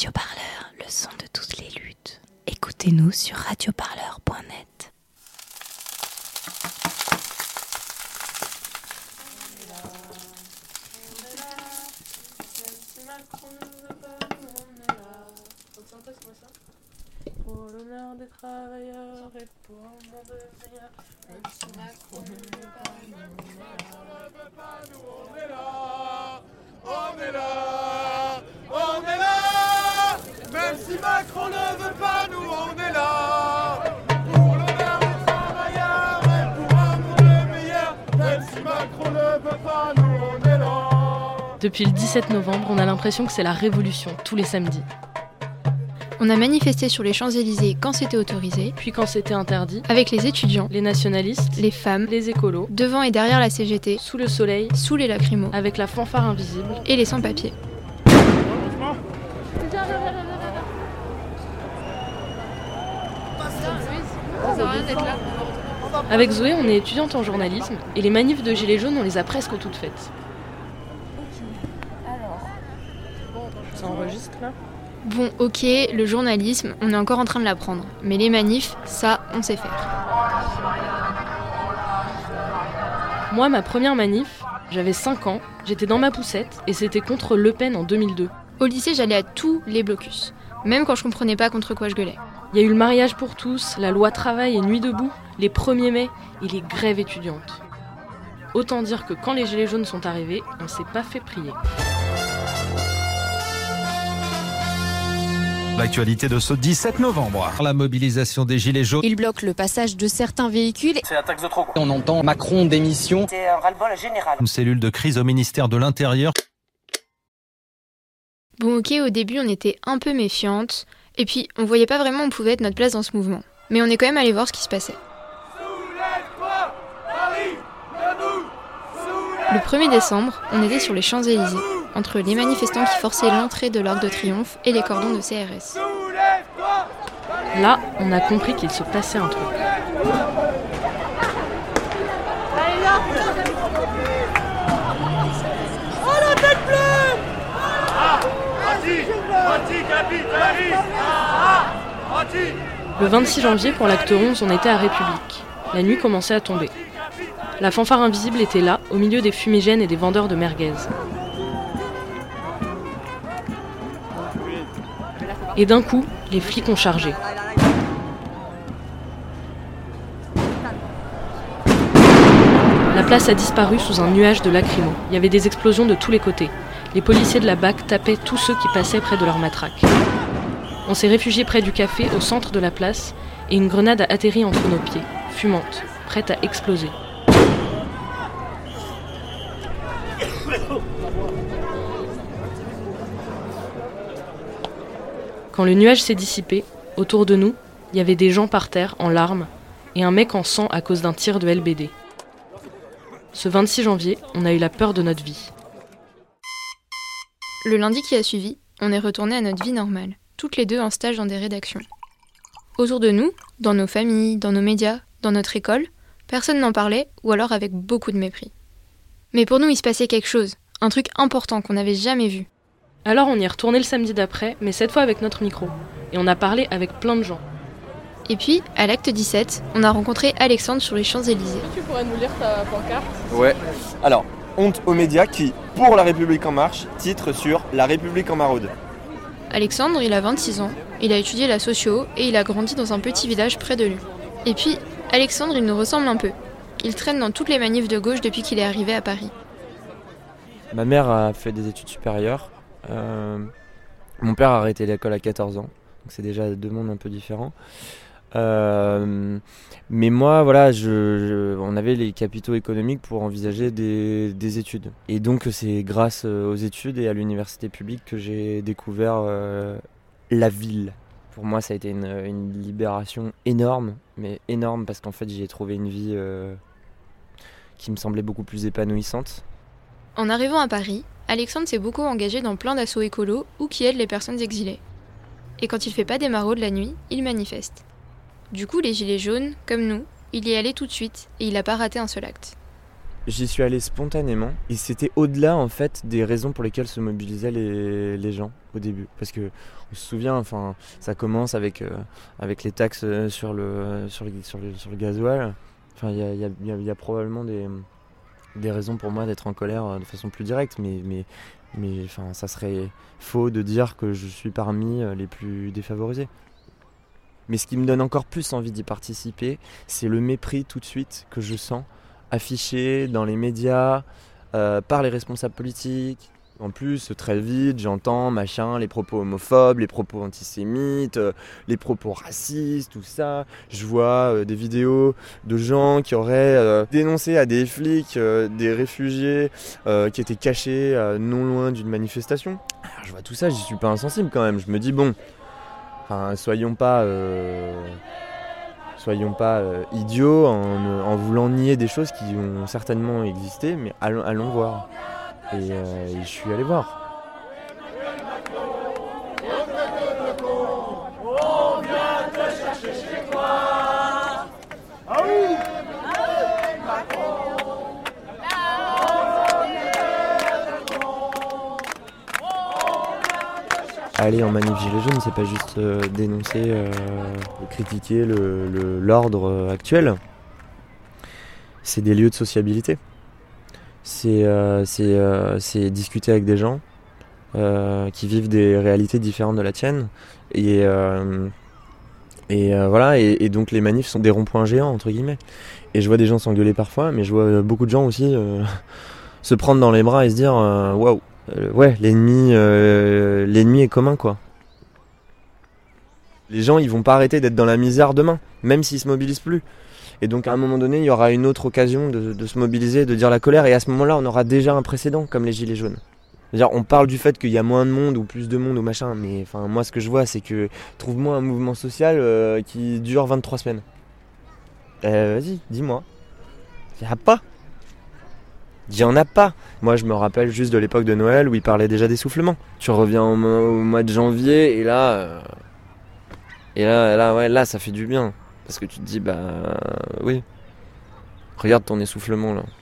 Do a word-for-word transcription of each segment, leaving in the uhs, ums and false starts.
Radio Parleur, le son de toutes les luttes. Écoutez-nous sur radioparleur point net. Pour l'honneur des travailleurs et pour le monde meilleur, même si Macron ne veut pas, nous on est là, on est là, on est là, même si Macron ne veut pas, nous on est là, pour l'honneur des travailleurs et pour un monde meilleur, même si Macron ne veut pas, nous on est là. Depuis le dix-sept novembre, on a l'impression que c'est la révolution, tous les samedis. On a manifesté sur les Champs-Élysées quand c'était autorisé, Puis quand c'était interdit, avec les étudiants, les nationalistes, les femmes, les écolos, devant et derrière la C G T, sous le soleil, sous les lacrymos avec la fanfare invisible. et les sans-papiers. Avec Zoé, on est étudiante en journalisme et les manifs de Gilets jaunes, on les a presque toutes faites. Ça enregistre là ? Bon, ok, le journalisme, on est encore en train de l'apprendre. Mais les manifs, ça, on sait faire. Moi, ma première manif, j'avais cinq ans, j'étais dans ma poussette et c'était contre Le Pen en deux mille deux. Au lycée, j'allais à tous les blocus, même quand je comprenais pas contre quoi je gueulais. Il y a eu le mariage pour tous, la loi travail et nuit debout, les premiers mai et les grèves étudiantes. Autant dire que quand les gilets jaunes sont arrivés, on s'est pas fait prier. L'actualité de ce dix-sept novembre. La mobilisation des Gilets jaunes. Il bloque le passage de certains véhicules. C'est la taxe de trop. On entend Macron démission. C'est un ras-le-bol général. Une cellule de crise au ministère de l'Intérieur. Bon, ok, au début, on était un peu méfiante. Et puis, on voyait pas vraiment où pouvait être notre place dans ce mouvement. Mais on est quand même allé voir ce qui se passait. Le premier décembre, on était sur les Champs-Élysées, entre les manifestants qui forçaient l'entrée de l'Arc de Triomphe et les cordons de C R S. Là, on a compris qu'il se passait un truc. Oh la tête bleue! Ah! Anti! Anti-capitaliste! Ah! Anti! Le vingt-six janvier, pour l'acte onze, on était à République. La nuit commençait à tomber. La fanfare invisible était là, au milieu des fumigènes et des vendeurs de merguez. Et d'un coup, les flics ont chargé. La place a disparu sous un nuage de lacrymos. Il y avait des explosions de tous les côtés. Les policiers de la B A C tapaient tous ceux qui passaient près de leur matraque. On s'est réfugié près du café, au centre de la place, et une grenade a atterri entre nos pieds, fumante, prête à exploser. Quand le nuage s'est dissipé, autour de nous, il y avait des gens par terre, en larmes, et un mec en sang à cause d'un tir de L B D. Ce vingt-six janvier, on a eu la peur de notre vie. Le lundi qui a suivi, on est retourné à notre vie normale, toutes les deux en stage dans des rédactions. Autour de nous, dans nos familles, dans nos médias, dans notre école, personne n'en parlait, ou alors avec beaucoup de mépris. Mais pour nous, il se passait quelque chose, un truc important qu'on n'avait jamais vu. Alors on y est retourné le samedi d'après, mais cette fois avec notre micro. Et on a parlé avec plein de gens. Et puis, à l'acte dix-sept, on a rencontré Alexandre sur les Champs-Élysées. Tu pourrais nous lire ta pancarte? Ouais. Alors, honte aux médias qui, pour La République En Marche, titre sur La République en maraude. Alexandre, il a vingt-six ans, il a étudié la socio et il a grandi dans un petit village près de lui. Et puis, Alexandre, il nous ressemble un peu. Il traîne dans toutes les manifs de gauche depuis qu'il est arrivé à Paris. Ma mère a fait des études supérieures. Euh, mon père a arrêté l'école à quatorze ans, donc c'est déjà deux mondes un peu différents. Euh, mais moi, voilà, je, je, on avait les capitaux économiques pour envisager des, des études. Et donc c'est grâce aux études et à l'université publique que j'ai découvert euh, la ville. Pour moi, ça a été une, une libération énorme, mais énorme parce qu'en fait, j'y ai trouvé une vie euh, qui me semblait beaucoup plus épanouissante. En arrivant à Paris, Alexandre s'est beaucoup engagé dans plein d'assauts écolos ou qui aident les personnes exilées. Et quand il fait pas des maraudes la nuit, il manifeste. Du coup, les Gilets jaunes, comme nous, il y est allé tout de suite et il a pas raté un seul acte. J'y suis allé spontanément et c'était au-delà en fait des raisons pour lesquelles se mobilisaient les, les gens au début. Parce que on se souvient, enfin, ça commence avec, euh, avec les taxes sur le, sur le, sur le, sur le gasoil. Enfin, il y a, y, a, y, a, y a probablement des, des raisons pour moi d'être en colère de façon plus directe, mais, mais, mais enfin, ça serait faux de dire que je suis parmi les plus défavorisés. Mais ce qui me donne encore plus envie d'y participer, c'est le mépris tout de suite que je sens affiché dans les médias, euh, par les responsables politiques. En plus, très vite, j'entends machin, les propos homophobes, les propos antisémites, euh, les propos racistes, tout ça. Je vois euh, des vidéos de gens qui auraient euh, dénoncé à des flics euh, des réfugiés euh, qui étaient cachés euh, non loin d'une manifestation. Alors, je vois tout ça, j'y suis pas insensible quand même. Je me dis bon, enfin, soyons pas... Euh, Soyons pas euh, idiots en, en voulant nier des choses qui ont certainement existé, mais allons, allons voir. Et, euh, et je suis allé voir. On vient te chercher chez toi. Ah oui. Aller en manif gilet jaune, c'est pas juste euh, dénoncer, euh, critiquer le, le, l'ordre actuel. C'est des lieux de sociabilité. C'est, euh, c'est, euh, c'est discuter avec des gens euh, qui vivent des réalités différentes de la tienne. Et, euh, et euh, voilà. Et, et donc les manifs sont des ronds-points géants entre guillemets. Et je vois des gens s'engueuler parfois, mais je vois beaucoup de gens aussi euh, se prendre dans les bras et se dire waouh. Wow, Euh, ouais, l'ennemi, euh, l'ennemi est commun, quoi. Les gens, ils vont pas arrêter d'être dans la misère demain, même s'ils se mobilisent plus. Et donc, à un moment donné, il y aura une autre occasion de, de se mobiliser, de dire la colère. Et à ce moment-là, on aura déjà un précédent, comme les gilets jaunes. C'est-à-dire, on parle du fait qu'il y a moins de monde ou plus de monde ou machin, mais enfin, moi, ce que je vois, c'est que trouve-moi un mouvement social euh, qui dure vingt-trois semaines. Euh, vas-y, dis-moi. Il n'y a pas. Il n'y en a pas. Moi, je me rappelle juste de l'époque de Noël où il parlait déjà d'essoufflement. Tu reviens au mois, au mois de janvier et là, euh, et là, là, ouais, là, ça fait du bien parce que tu te dis, bah, euh, oui, regarde ton essoufflement là.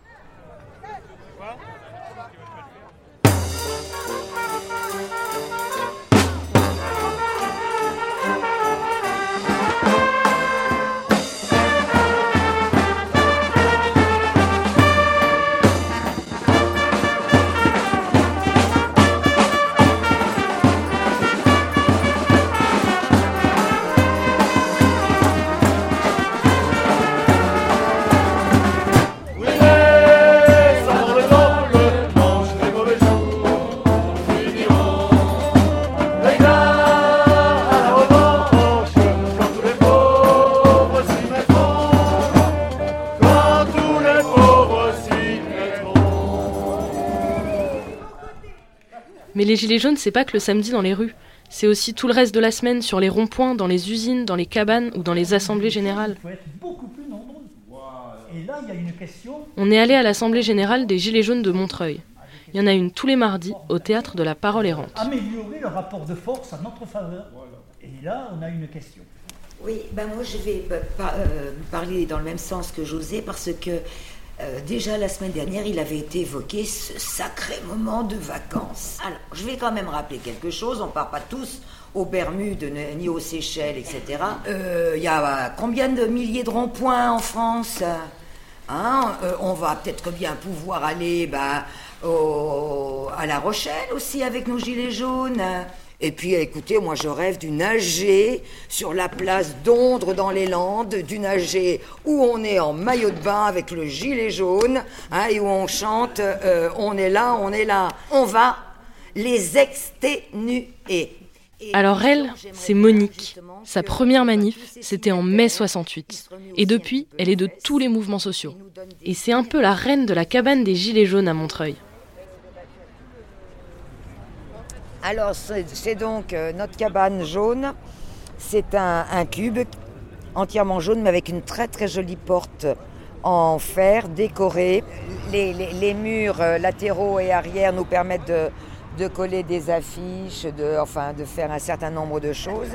Mais les gilets jaunes, c'est pas que le samedi dans les rues. C'est aussi tout le reste de la semaine sur les ronds-points, dans les usines, dans les cabanes ou dans les assemblées générales. Il faut être beaucoup plus nombreux. Et là, il y a une question. On est allé à l'assemblée générale des Gilets jaunes de Montreuil. Il y en a une tous les mardis au théâtre de la Parole errante. Améliorer le rapport de force à notre faveur. Et là, on a une question. Oui, ben moi je vais pa- euh, parler dans le même sens que José parce que euh, déjà la semaine dernière il avait été évoqué ce sacré moment de vacances. Alors je vais quand même rappeler quelque chose, on ne part pas tous aux Bermudes ni aux Seychelles, et cetera. Il euh, y a combien de milliers de ronds-points en France hein euh, On va peut-être bien pouvoir aller bah, au, à La Rochelle aussi avec nos gilets jaunes. Et puis, écoutez, moi, je rêve d'une A G sur la place d'Ondre dans les Landes, d'une A G où on est en maillot de bain avec le gilet jaune, hein, et où on chante euh, « On est là, on est là ». On va les exténuer. Alors elle, c'est Monique. Sa première manif, c'était en mai soixante-huit. Et depuis, elle est de tous les mouvements sociaux. Et c'est un peu la reine de la cabane des Gilets jaunes à Montreuil. Alors, c'est, c'est donc euh, notre cabane jaune. C'est un, un cube entièrement jaune, mais avec une très très jolie porte en fer décorée. Les, les, les murs euh, latéraux et arrière nous permettent de, de coller des affiches, de, enfin, de faire un certain nombre de choses.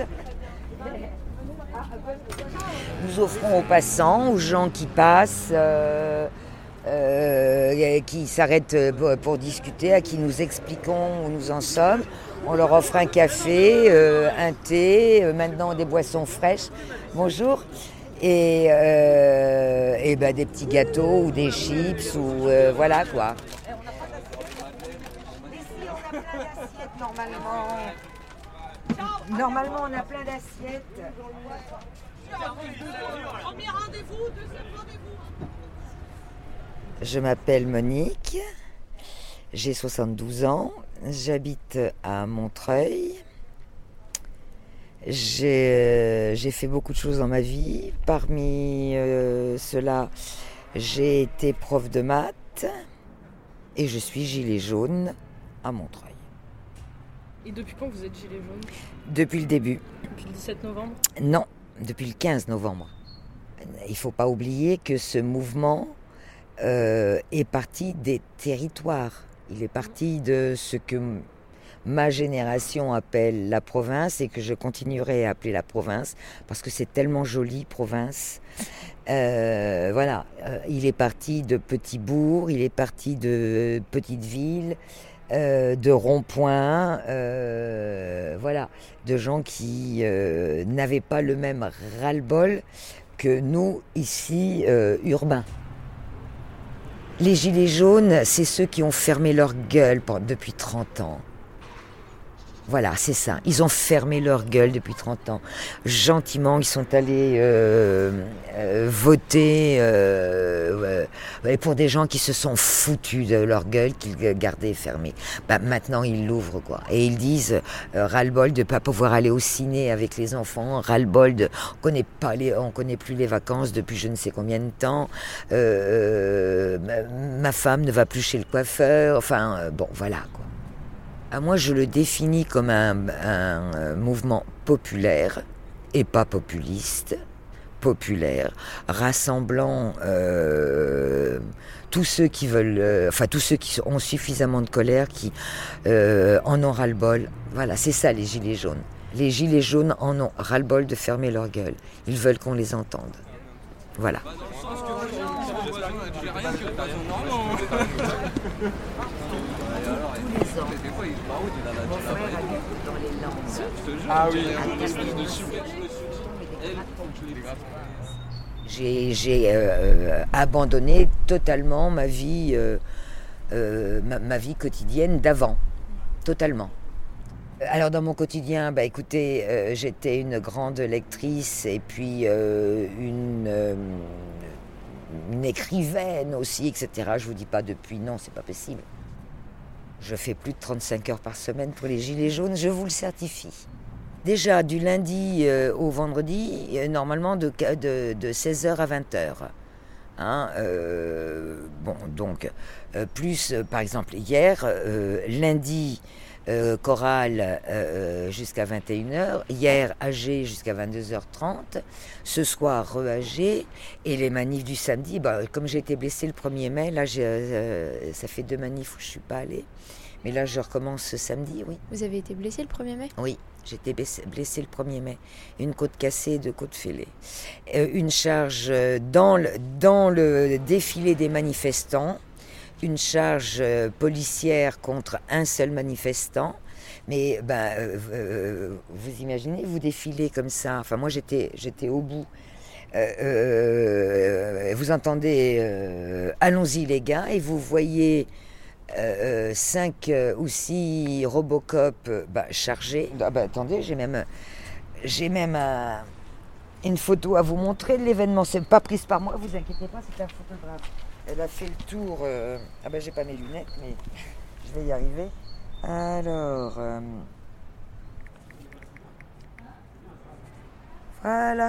Nous offrons aux passants, aux gens qui passent, euh, euh, qui s'arrêtent pour, pour discuter, à qui nous expliquons où nous en sommes. On leur offre un café, euh, un thé, euh, maintenant des boissons fraîches. Bonjour. Et, euh, et ben des petits gâteaux ou des chips ou euh, voilà quoi. Ici on a plein d'assiettes normalement. Normalement on a plein d'assiettes. Premier rendez-vous, deuxième rendez-vous. Je m'appelle Monique, j'ai soixante-douze ans, j'habite à Montreuil. J'ai, j'ai fait beaucoup de choses dans ma vie. Parmi euh, cela, j'ai été prof de maths et je suis gilet jaune à Montreuil. Et depuis quand vous êtes gilet jaune ? Depuis le début. Depuis le dix-sept novembre ? Non, depuis le quinze novembre. Il ne faut pas oublier que ce mouvement euh, est parti des territoires. Il est parti de ce que ma génération appelle la province et que je continuerai à appeler la province parce que c'est tellement joli, province. Euh, voilà, euh, il est parti de petits bourgs, il est parti de petites villes, euh, de ronds-points, euh, voilà, de gens qui euh, n'avaient pas le même ras-le-bol que nous ici euh, urbains. Les gilets jaunes, c'est ceux qui ont fermé leur gueule depuis trente ans. Voilà, c'est ça. Ils ont fermé leur gueule depuis trente ans. Gentiment, ils sont allés euh, euh, voter euh, euh, pour des gens qui se sont foutus de leur gueule, qu'ils gardaient fermée. Bah, maintenant, ils l'ouvrent, quoi. Et ils disent euh, ras-le-bol de ne pas pouvoir aller au ciné avec les enfants, ras-le-bol de... On connaît pas les, on connaît plus les vacances depuis je ne sais combien de temps. Euh, ma, ma femme ne va plus chez le coiffeur. Enfin, euh, bon, voilà, quoi. À moi, je le définis comme un, un mouvement populaire et pas populiste, populaire, rassemblant euh, tous ceux qui veulent, euh, enfin tous ceux qui ont suffisamment de colère, qui euh, en ont ras-le-bol. Voilà, c'est ça les gilets jaunes. Les gilets jaunes en ont ras-le-bol de fermer leur gueule. Ils veulent qu'on les entende. Voilà. Mon frère habite dans les Landes. Ah oui. J'ai, j'ai euh, abandonné totalement ma vie, euh, euh, ma, ma vie quotidienne d'avant, totalement. Alors dans mon quotidien, bah écoutez, euh, j'étais une grande lectrice et puis euh, une, euh, une écrivaine aussi, et cetera. Je vous dis pas depuis, non, c'est pas possible. Je fais plus de trente-cinq heures par semaine pour les gilets jaunes, je vous le certifie. Déjà, du lundi euh, au vendredi, euh, normalement de, de, de seize heures à vingt heures. Hein, euh, bon, donc, euh, plus, euh, par exemple, hier, euh, lundi, euh, chorale euh, jusqu'à vingt et une heures, hier, A G jusqu'à vingt-deux heures trente, ce soir, re-A G, et les manifs du samedi, bah, comme j'ai été blessée le premier mai, là, j'ai, euh, ça fait deux manifs où je ne suis pas allée, mais là, je recommence ce samedi, oui. Vous avez été blessée le premier mai ? Oui. J'étais blessée le premier mai, une côte cassée et deux côtes fêlées. Euh, une charge dans le, dans le défilé des manifestants, une charge policière contre un seul manifestant. Mais ben, euh, euh, vous imaginez, vous défilez comme ça. Enfin, moi, j'étais, j'étais au bout. Euh, euh, vous entendez euh, « Allons-y les gars » et vous voyez... Euh, cinq euh, ou six Robocop euh, bah, chargés. Ah bah, attendez, j'ai même, j'ai même euh, une photo à vous montrer de l'événement. C'est pas prise par moi, vous inquiétez pas, c'est un photographe. Elle a fait le tour. Euh... Ah bah j'ai pas mes lunettes, mais je vais y arriver. Alors, euh... voilà.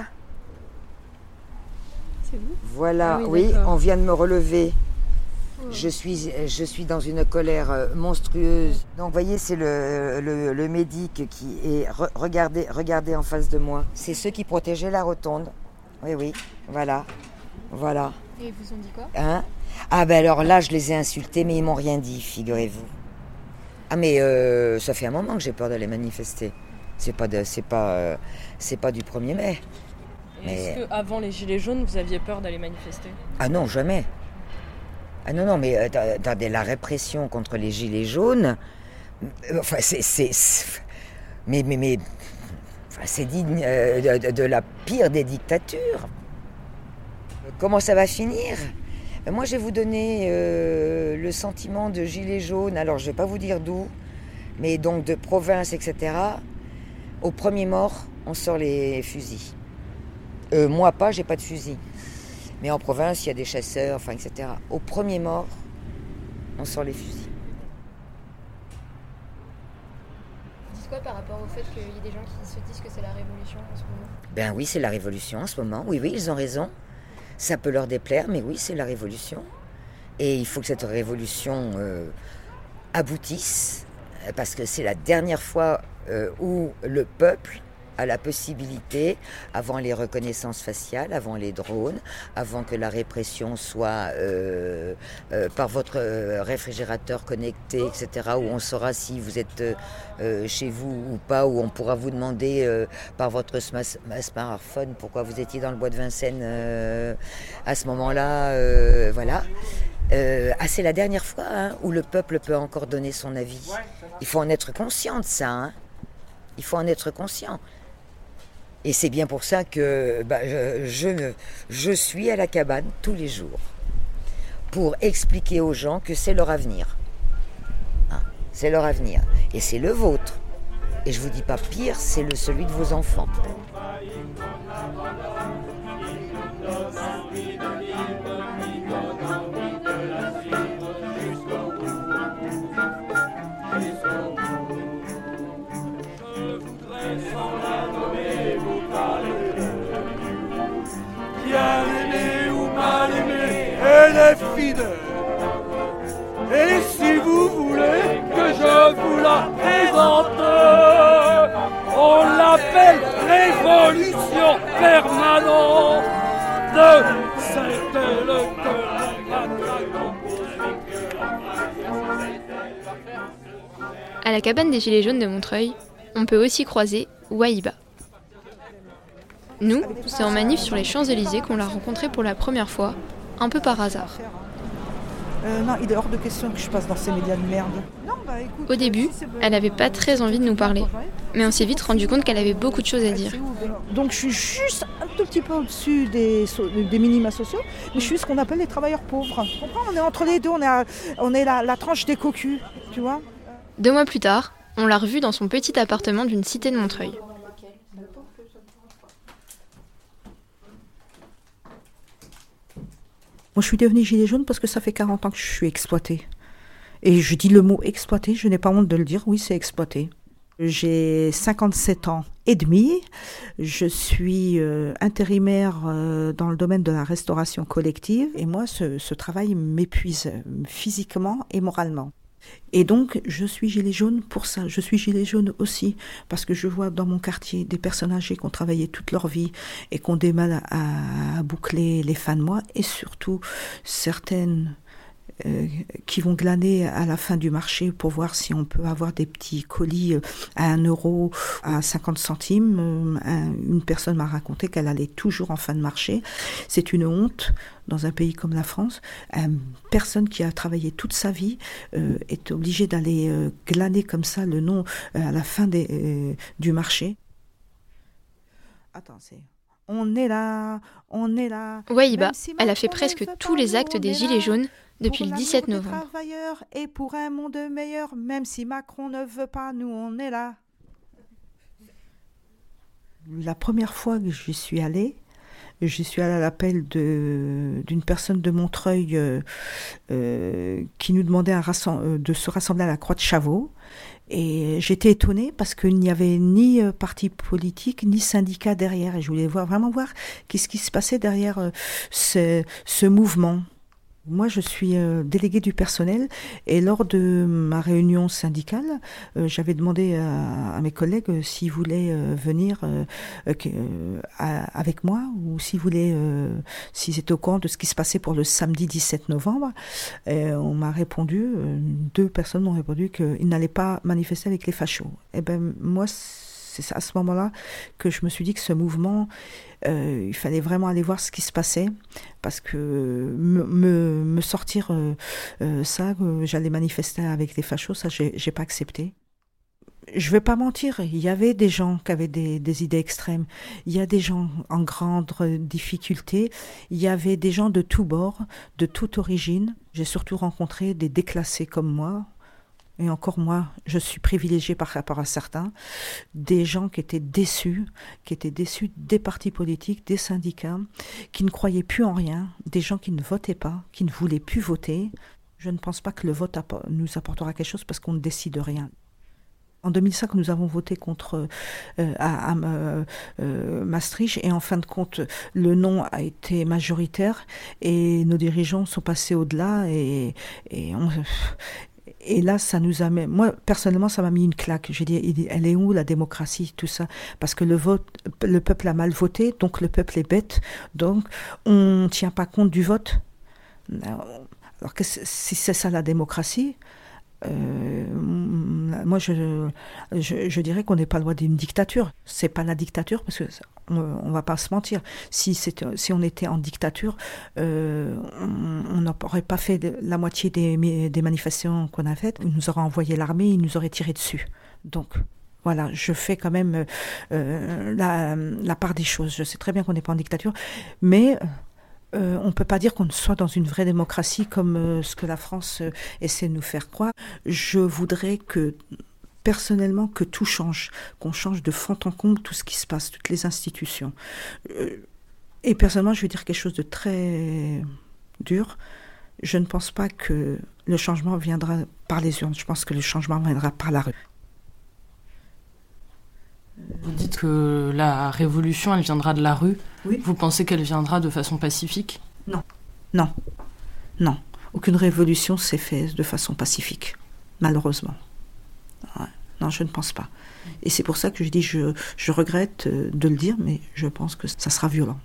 C'est vous ? Voilà, ah oui, oui, on vient de me relever. Je suis, je suis dans une colère monstrueuse. Donc, vous voyez, c'est le, le, le médic qui est... Re, regardez, regardez en face de moi. C'est ceux qui protégeaient la rotonde. Oui, oui, voilà. Voilà. Et ils vous ont dit quoi ? Hein ? Ah, ben alors là, je les ai insultés, mais ils m'ont rien dit, figurez-vous. Ah, mais euh, ça fait un moment que j'ai peur d'aller manifester. C'est pas, de, c'est pas, euh, c'est pas du premier mai. Et mais... Est-ce qu'avant les Gilets jaunes, vous aviez peur d'aller manifester ? Ah non, jamais. Ah non, non, mais attendez, la répression contre les gilets jaunes, enfin, c'est... c'est, c'est mais, mais, mais enfin, c'est digne euh, de, de la pire des dictatures. Comment ça va finir ? Moi, je vais vous donner euh, le sentiment de gilets jaunes, alors je ne vais pas vous dire d'où, mais donc de province, et cetera. Au premier mort, on sort les fusils. Euh, moi pas, j'ai pas de fusil. Mais en province, il y a des chasseurs, enfin, et cetera. Au premier mort, on sort les fusils. C'est quoi par rapport au fait qu'il y ait des gens qui se disent que c'est la révolution en ce moment ? Ben oui, c'est la révolution en ce moment. Oui, oui, ils ont raison. Ça peut leur déplaire, mais oui, c'est la révolution. Et il faut que cette révolution euh, aboutisse, parce que c'est la dernière fois euh, où le peuple a la possibilité, avant les reconnaissances faciales, avant les drones, avant que la répression soit euh, euh, par votre réfrigérateur connecté, et cetera, où on saura si vous êtes euh, chez vous ou pas, où on pourra vous demander euh, par votre smartphone pourquoi vous étiez dans le bois de Vincennes euh, à ce moment-là. Euh, voilà. Euh, ah, c'est la dernière fois hein, où le peuple peut encore donner son avis. Il faut en être conscient de ça. Hein. Il faut en être conscient. Et c'est bien pour ça que bah, je, je, je suis à la cabane tous les jours pour expliquer aux gens que c'est leur avenir. Hein, c'est leur avenir. Et c'est le vôtre. Et je vous dis pas pire, c'est le, celui de vos enfants. Bien aimé ou mal aimé, elle est fidèle. Et si vous voulez que je vous la présente, on l'appelle révolution permanente. C'est elle que l'on matraque. À la cabane des Gilets jaunes de Montreuil, on peut aussi croiser Wahiba. Nous, c'est en manif sur les Champs-Élysées qu'on l'a rencontrée pour la première fois, un peu par hasard. Euh, non, il est hors de question que je passe dans ces médias de merde. Non, bah, écoute, Au début, elle n'avait pas très envie de nous parler, mais on s'est vite rendu compte qu'elle avait beaucoup de choses à dire. Donc je suis juste un tout petit peu au-dessus des, des minima sociaux, mais je suis ce qu'on appelle les travailleurs pauvres. Tu comprends ? On est entre les deux, on est, à, on est la, la tranche des cocus, tu vois ? Deux mois plus tard, on l'a revue dans son petit appartement d'une cité de Montreuil. Moi, je suis devenue gilet jaune parce que ça fait quarante ans que je suis exploitée. Et je dis le mot exploitée, je n'ai pas honte de le dire, oui, c'est exploité. J'ai cinquante-sept ans et demi, je suis euh, intérimaire euh, dans le domaine de la restauration collective et moi, ce, ce travail m'épuise physiquement et moralement. Et donc, je suis gilet jaune pour ça. Je suis gilet jaune aussi parce que je vois dans mon quartier des personnes âgées qui ont travaillé toute leur vie et qui ont des mal à, à boucler les fins de mois et surtout certaines euh, qui vont glaner à la fin du marché pour voir si on peut avoir des petits colis à un euro, à cinquante centimes. Un, une personne m'a raconté qu'elle allait toujours en fin de marché. C'est une honte. Dans un pays comme la France, une personne qui a travaillé toute sa vie euh, est obligée d'aller euh, glaner comme ça le nom euh, à la fin des, euh, du marché. Attends, c'est... On est là, on est là. Wahiba, si elle a fait presque tous les actes des Gilets jaunes depuis le dix-sept novembre. Et pour un monde meilleur, même si Macron ne veut pas, nous on est là. La première fois que j'y suis allée, J'y suis allée à l'appel de, d'une personne de Montreuil euh, euh, qui nous demandait un rassem- de se rassembler à la Croix de Chavaux. Et j'étais étonnée parce qu'il n'y avait ni euh, parti politique, ni syndicat derrière. Et je voulais voir, vraiment voir qu'est-ce qui se passait derrière euh, ce, ce mouvement. Moi, je suis euh, déléguée du personnel et lors de ma réunion syndicale, euh, j'avais demandé à, à mes collègues euh, s'ils voulaient euh, venir euh, euh, à, avec moi ou s'ils voulaient, euh, s'ils étaient au courant de ce qui se passait pour le samedi dix-sept novembre. Et on m'a répondu, euh, deux personnes m'ont répondu qu'ils n'allaient pas manifester avec les fachos. Et ben moi, C'est à ce moment-là que je me suis dit que ce mouvement, euh, il fallait vraiment aller voir ce qui se passait, parce que me, me, me sortir euh, euh, ça, euh, j'allais manifester avec les fachos, ça, j'ai, j'ai pas accepté. Je vais pas mentir, il y avait des gens qui avaient des, des idées extrêmes, il y a des gens en grande difficulté, il y avait des gens de tous bords, de toute origine. J'ai surtout rencontré des déclassés comme moi, et encore moi, je suis privilégiée par rapport à certains, des gens qui étaient déçus, qui étaient déçus des partis politiques, des syndicats, qui ne croyaient plus en rien, des gens qui ne votaient pas, qui ne voulaient plus voter. Je ne pense pas que le vote nous apportera quelque chose parce qu'on ne décide rien. En deux mille cinq, nous avons voté contre euh, à, à, euh, euh, Maastricht et en fin de compte, le non a été majoritaire et nos dirigeants sont passés au-delà et, et, on, et là, ça nous a mis, moi personnellement, ça m'a mis une claque. J'ai dit, elle est où la démocratie, tout ça? Parce que le vote, le peuple a mal voté, donc le peuple est bête, donc on ne tient pas compte du vote. Alors que si c'est ça la démocratie, Euh, moi je, je, je dirais qu'on n'est pas loin d'une dictature. C'est pas la dictature parce que on, on va pas se mentir. Si, si on était en dictature, euh, on n'aurait pas fait de, la moitié des, des manifestations qu'on a faites. Ils nous auraient envoyé l'armée, ils nous auraient tiré dessus. Donc voilà, je fais quand même euh, la, la part des choses. Je sais très bien qu'on n'est pas en dictature, mais Euh, on ne peut pas dire qu'on soit dans une vraie démocratie comme euh, ce que la France euh, essaie de nous faire croire. Je voudrais que, personnellement, que tout change, qu'on change de fond en comble tout ce qui se passe, toutes les institutions. Euh, et personnellement, je vais dire quelque chose de très dur. Je ne pense pas que le changement viendra par les urnes. Je pense que le changement viendra par la rue. Vous dites que la révolution, elle viendra de la rue. Oui. Vous pensez qu'elle viendra de façon pacifique? Non, non, non. Aucune révolution s'est faite de façon pacifique, malheureusement. Ouais. Non, je ne pense pas. Et c'est pour ça que je dis, je, je regrette de le dire, mais je pense que ça sera violent.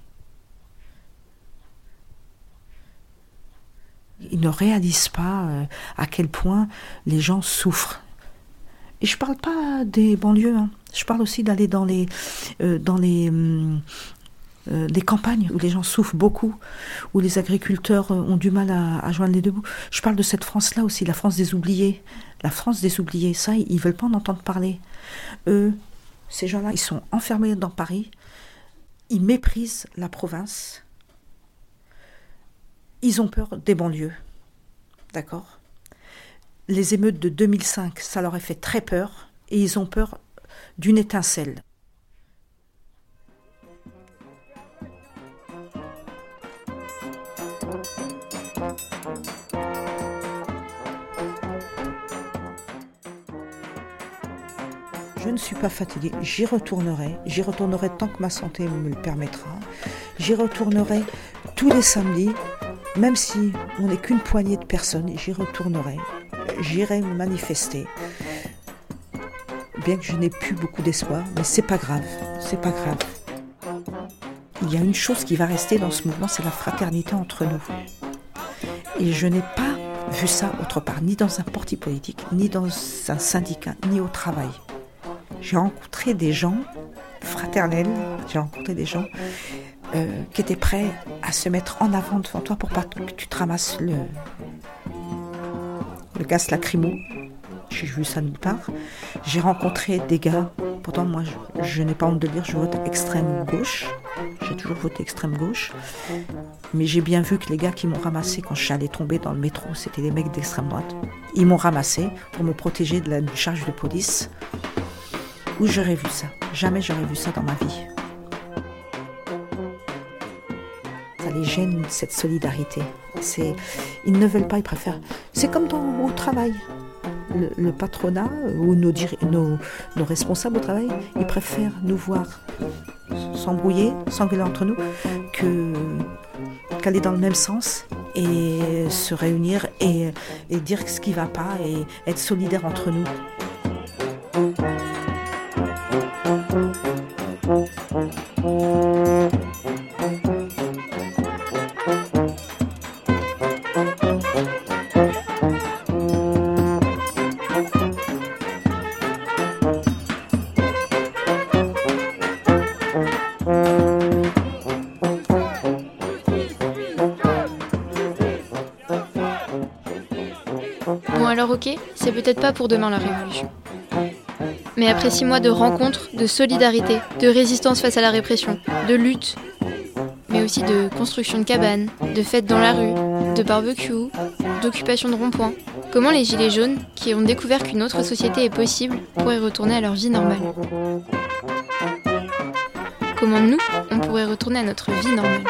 Ils ne réalisent pas euh, à quel point les gens souffrent. Et je ne parle pas des banlieues, hein. Je parle aussi d'aller dans les, euh, dans les, euh, les campagnes où les gens souffrent beaucoup, où les agriculteurs ont du mal à, à joindre les deux bouts. Je parle de cette France-là aussi, la France des oubliés. La France des oubliés, ça, ils ne veulent pas en entendre parler. Eux, ces gens-là, ils sont enfermés dans Paris, ils méprisent la province, ils ont peur des banlieues, d'accord ? Les émeutes de deux mille cinq, ça leur a fait très peur, et ils ont peur d'une étincelle. Je ne suis pas fatiguée, j'y retournerai, j'y retournerai tant que ma santé me le permettra. J'y retournerai tous les samedis, même si on n'est qu'une poignée de personnes, j'y retournerai. J'irai me manifester. Bien que je n'ai plus beaucoup d'espoir, mais c'est pas grave, c'est pas grave. Il y a une chose qui va rester dans ce mouvement, c'est la fraternité entre nous. Et je n'ai pas vu ça autre part, ni dans un parti politique, ni dans un syndicat, ni au travail. J'ai rencontré des gens fraternels, j'ai rencontré des gens euh, qui étaient prêts à se mettre en avant devant toi pour pas que tu te ramasses le, le gaz lacrymo. J'ai vu ça nulle part. J'ai rencontré des gars, pourtant moi je, je n'ai pas honte de le dire, je vote extrême gauche. J'ai toujours voté extrême gauche. Mais j'ai bien vu que les gars qui m'ont ramassé quand je suis allée tomber dans le métro, c'était les mecs d'extrême droite. Ils m'ont ramassé pour me protéger de la charge de police. Où j'aurais vu ça? Jamais j'aurais vu ça dans ma vie. Ça les gêne, cette solidarité. C'est, ils ne veulent pas, ils préfèrent. C'est comme dans, au travail. Le, le patronat ou nos, nos, nos responsables au travail, ils préfèrent nous voir s'embrouiller, s'engueuler entre nous, que, qu'aller dans le même sens et se réunir et, et dire ce qui ne va pas et être solidaires entre nous. bloqué, c'est peut-être pas pour demain la révolution. Mais après six mois de rencontres, de solidarité, de résistance face à la répression, de lutte, mais aussi de construction de cabanes, de fêtes dans la rue, de barbecue, d'occupation de ronds-points, comment les gilets jaunes, qui ont découvert qu'une autre société est possible, pourraient retourner à leur vie normale? Comment nous, on pourrait retourner à notre vie normale?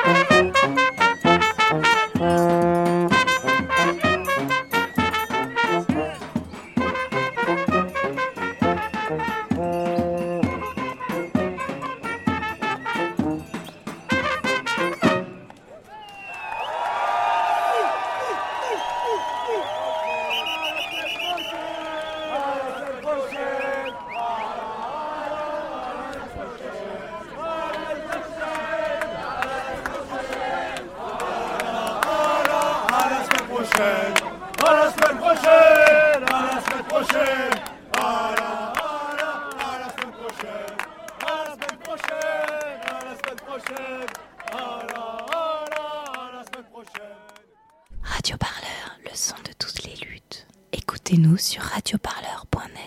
À la semaine prochaine, à la semaine prochaine, à la, à la, à la semaine prochaine, à la semaine prochaine, à la semaine prochaine, à la, à la, à la semaine prochaine. Radio Parleur, le son de toutes les luttes. Écoutez-nous sur radio parleur point net.